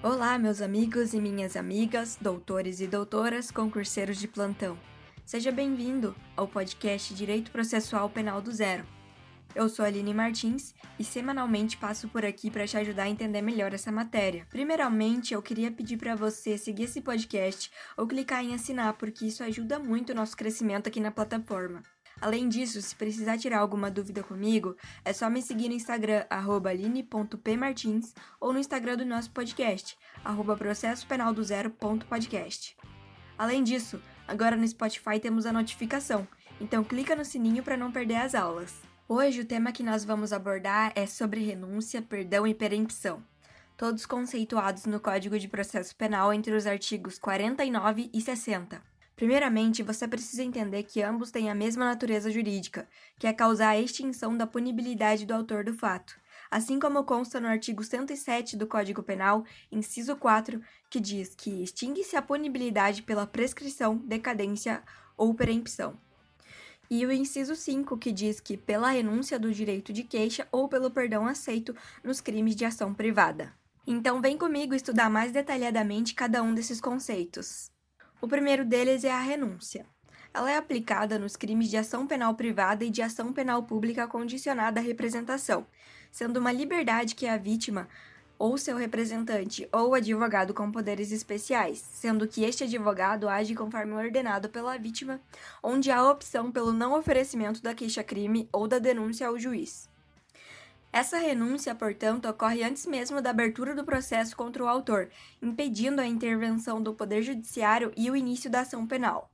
Olá, meus amigos e minhas amigas, doutores e doutoras, concurseiros de plantão. Seja bem-vindo ao podcast Direito Processual Penal do Zero. Eu sou a Aline Martins e semanalmente passo por aqui para te ajudar a entender melhor essa matéria. Primeiramente, eu queria pedir para você seguir esse podcast ou clicar em assinar, porque isso ajuda muito o nosso crescimento aqui na plataforma. Além disso, se precisar tirar alguma dúvida comigo, é só me seguir no Instagram, @aline.pmartins, ou no Instagram do nosso podcast, @processopenaldozero.podcast. Além disso, agora no Spotify temos a notificação, então clica no sininho para não perder as aulas. Hoje o tema que nós vamos abordar é sobre renúncia, perdão e perempção, todos conceituados no Código de Processo Penal entre os artigos 49 e 60. Primeiramente, você precisa entender que ambos têm a mesma natureza jurídica, que é causar a extinção da punibilidade do autor do fato, assim como consta no artigo 107 do Código Penal, inciso 4, que diz que extingue-se a punibilidade pela prescrição, decadência ou perempção. E o inciso 5, que diz que pela renúncia do direito de queixa ou pelo perdão aceito nos crimes de ação privada. Então vem comigo estudar mais detalhadamente cada um desses conceitos. O primeiro deles é a renúncia. Ela é aplicada nos crimes de ação penal privada e de ação penal pública condicionada à representação, sendo uma liberdade que a vítima ou seu representante ou advogado com poderes especiais, sendo que este advogado age conforme ordenado pela vítima, onde há opção pelo não oferecimento da queixa-crime ou da denúncia ao juiz. Essa renúncia, portanto, ocorre antes mesmo da abertura do processo contra o autor, impedindo a intervenção do Poder Judiciário e o início da ação penal.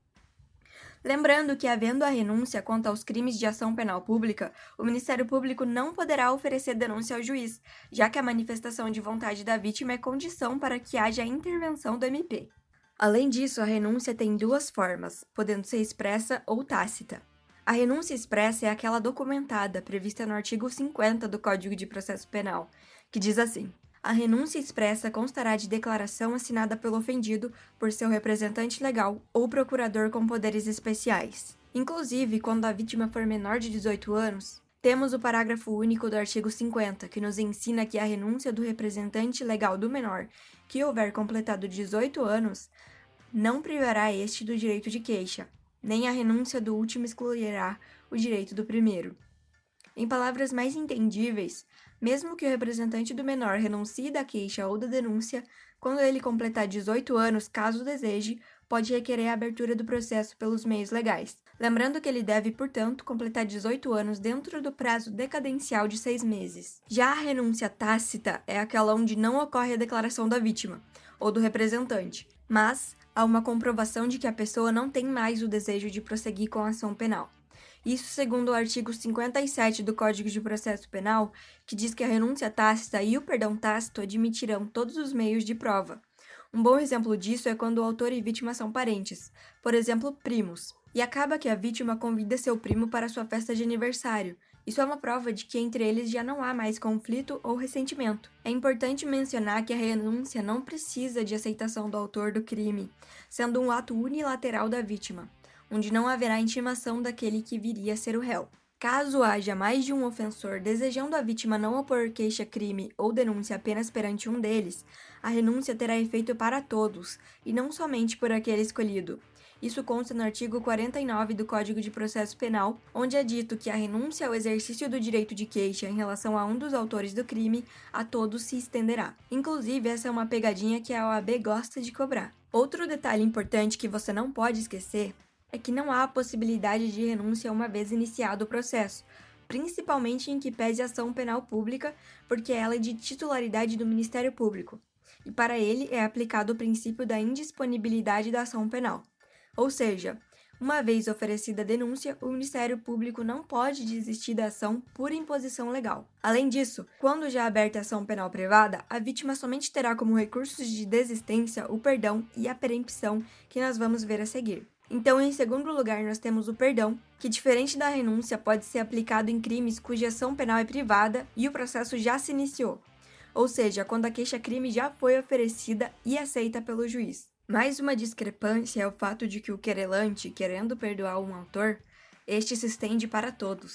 Lembrando que, havendo a renúncia quanto aos crimes de ação penal pública, o Ministério Público não poderá oferecer denúncia ao juiz, já que a manifestação de vontade da vítima é condição para que haja a intervenção do MP. Além disso, a renúncia tem duas formas, podendo ser expressa ou tácita. A renúncia expressa é aquela documentada, prevista no artigo 50 do Código de Processo Penal, que diz assim: a renúncia expressa constará de declaração assinada pelo ofendido por seu representante legal ou procurador com poderes especiais. Inclusive, quando a vítima for menor de 18 anos, temos o parágrafo único do artigo 50, que nos ensina que a renúncia do representante legal do menor, que houver completado 18 anos, não privará este do direito de queixa, nem a renúncia do último excluirá o direito do primeiro. Em palavras mais entendíveis, mesmo que o representante do menor renuncie da queixa ou da denúncia, quando ele completar 18 anos, caso deseje, pode requerer a abertura do processo pelos meios legais. Lembrando que ele deve, portanto, completar 18 anos dentro do prazo decadencial de 6 meses. Já a renúncia tácita é aquela onde não ocorre a declaração da vítima ou do representante, mas há uma comprovação de que a pessoa não tem mais o desejo de prosseguir com a ação penal. Isso segundo o artigo 57 do Código de Processo Penal, que diz que a renúncia tácita e o perdão tácito admitirão todos os meios de prova. Um bom exemplo disso é quando o autor e vítima são parentes, por exemplo, primos, e acaba que a vítima convida seu primo para sua festa de aniversário. Isso é uma prova de que entre eles já não há mais conflito ou ressentimento. É importante mencionar que a renúncia não precisa de aceitação do autor do crime, sendo um ato unilateral da vítima, onde não haverá intimação daquele que viria a ser o réu. Caso haja mais de um ofensor desejando a vítima não opor queixa-crime ou denúncia apenas perante um deles, a renúncia terá efeito para todos, e não somente por aquele escolhido. Isso consta no artigo 49 do Código de Processo Penal, onde é dito que a renúncia ao exercício do direito de queixa em relação a um dos autores do crime a todos se estenderá. Inclusive, essa é uma pegadinha que a OAB gosta de cobrar. Outro detalhe importante que você não pode esquecer é que não há a possibilidade de renúncia uma vez iniciado o processo, principalmente em que pese a ação penal pública, porque ela é de titularidade do Ministério Público, e para ele é aplicado o princípio da indisponibilidade da ação penal. Ou seja, uma vez oferecida a denúncia, o Ministério Público não pode desistir da ação por imposição legal. Além disso, quando já aberta a ação penal privada, a vítima somente terá como recursos de desistência o perdão e a perempção, que nós vamos ver a seguir. Então, em segundo lugar, nós temos o perdão, que diferente da renúncia pode ser aplicado em crimes cuja ação penal é privada e o processo já se iniciou, ou seja, quando a queixa-crime já foi oferecida e aceita pelo juiz. Mais uma discrepância é o fato de que o querelante, querendo perdoar um autor, este se estende para todos,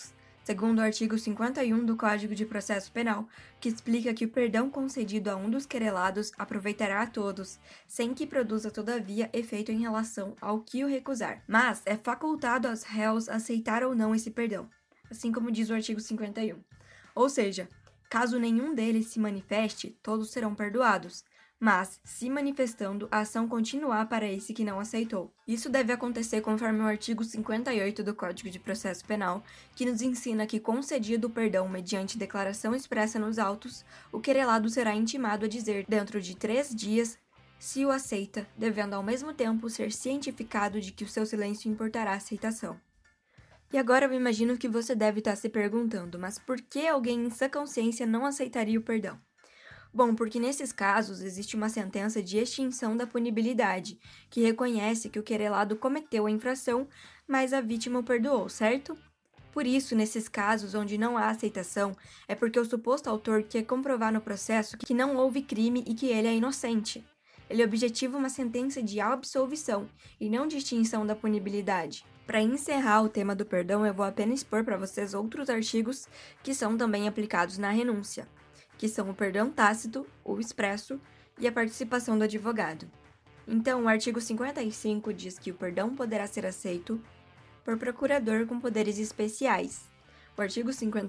segundo o artigo 51 do Código de Processo Penal, que explica que o perdão concedido a um dos querelados aproveitará a todos, sem que produza, todavia, efeito em relação ao que o recusar. Mas é facultado aos réus aceitar ou não esse perdão, assim como diz o artigo 51. Ou seja, caso nenhum deles se manifeste, todos serão perdoados, mas, se manifestando, a ação continuar para esse que não aceitou. Isso deve acontecer conforme o artigo 58 do Código de Processo Penal, que nos ensina que, concedido o perdão mediante declaração expressa nos autos, o querelado será intimado a dizer, dentro de 3 dias, se o aceita, devendo ao mesmo tempo ser cientificado de que o seu silêncio importará a aceitação. E agora eu imagino que você deve estar se perguntando, mas por que alguém em sã consciência não aceitaria o perdão? Bom, porque nesses casos existe uma sentença de extinção da punibilidade, que reconhece que o querelado cometeu a infração, mas a vítima o perdoou, certo? Por isso, nesses casos onde não há aceitação, é porque o suposto autor quer comprovar no processo que não houve crime e que ele é inocente. Ele objetiva uma sentença de absolvição e não de extinção da punibilidade. Para encerrar o tema do perdão, eu vou apenas expor para vocês outros artigos que são também aplicados na renúncia, que são o perdão tácito, o expresso e a participação do advogado. Então, o artigo 55 diz que o perdão poderá ser aceito por procurador com poderes especiais. O artigo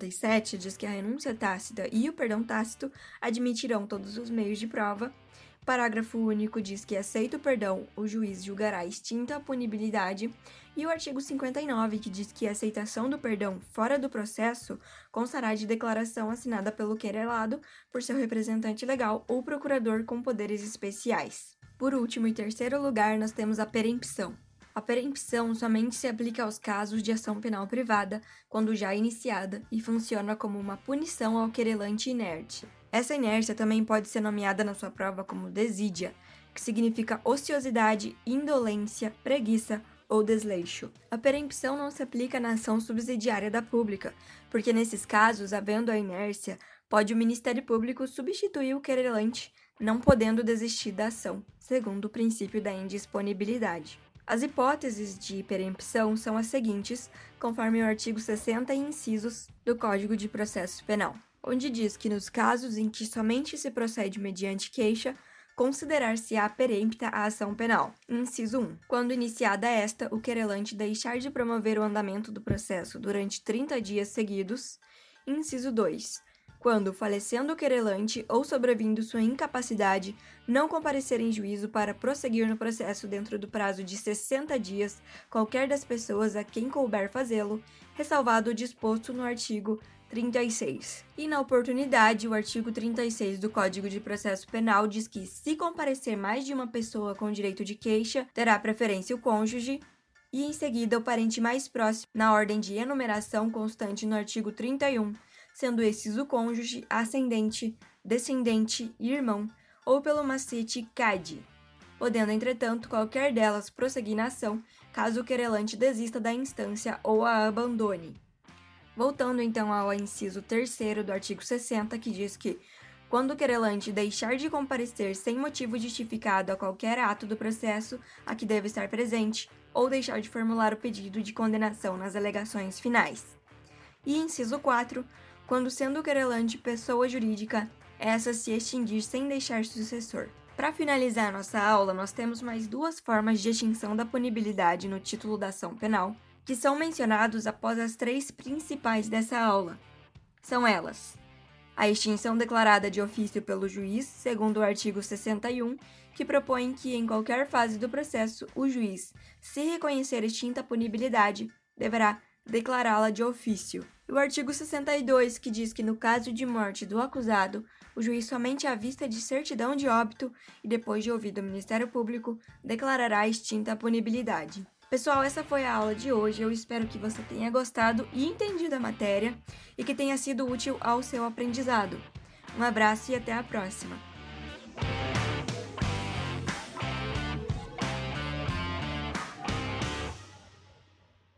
57 diz que a renúncia tácita e o perdão tácito admitirão todos os meios de prova. O parágrafo único diz que, aceito o perdão, o juiz julgará extinta a punibilidade, e o artigo 59, que diz que a aceitação do perdão fora do processo constará de declaração assinada pelo querelado por seu representante legal ou procurador com poderes especiais. Por último e terceiro lugar, nós temos a perempção. A perempção somente se aplica aos casos de ação penal privada, quando já iniciada, e funciona como uma punição ao querelante inerte. Essa inércia também pode ser nomeada na sua prova como desídia, que significa ociosidade, indolência, preguiça ou desleixo. A perempção não se aplica na ação subsidiária da pública, porque nesses casos, havendo a inércia, pode o Ministério Público substituir o querelante, não podendo desistir da ação, segundo o princípio da indisponibilidade. As hipóteses de perempção são as seguintes, conforme o artigo 60 incisos do Código de Processo Penal, onde diz que nos casos em que somente se procede mediante queixa, considerar-se-á perempta a ação penal. Inciso 1. Quando iniciada esta, o querelante deixar de promover o andamento do processo durante 30 dias seguidos. Inciso 2. Quando, falecendo o querelante ou sobrevindo sua incapacidade, não comparecer em juízo para prosseguir no processo dentro do prazo de 60 dias, qualquer das pessoas a quem couber fazê-lo, ressalvado o disposto no artigo 36. E na oportunidade, o artigo 36 do Código de Processo Penal diz que, se comparecer mais de uma pessoa com direito de queixa, terá preferência o cônjuge e, em seguida, o parente mais próximo, na ordem de enumeração constante no artigo 31, sendo esses o cônjuge, ascendente, descendente e irmão, ou pelo macete CAD, podendo, entretanto, qualquer delas prosseguir na ação, caso o querelante desista da instância ou a abandone. Voltando então ao inciso 3º do artigo 60, que diz que, quando o querelante deixar de comparecer sem motivo justificado a qualquer ato do processo a que deve estar presente, ou deixar de formular o pedido de condenação nas alegações finais. E inciso 4, quando sendo o querelante pessoa jurídica, essa se extinguir sem deixar sucessor. Para finalizar nossa aula, nós temos mais 2 formas de extinção da punibilidade no título da ação penal, que são mencionados após as 3 principais dessa aula. São elas: a extinção declarada de ofício pelo juiz, segundo o artigo 61, que propõe que, em qualquer fase do processo, o juiz, se reconhecer extinta a punibilidade, deverá declará-la de ofício. E o artigo 62, que diz que, no caso de morte do acusado, o juiz, somente à vista de certidão de óbito e depois de ouvido o Ministério Público, declarará extinta a punibilidade. Pessoal, essa foi a aula de hoje. Eu espero que você tenha gostado e entendido a matéria e que tenha sido útil ao seu aprendizado. Um abraço e até a próxima!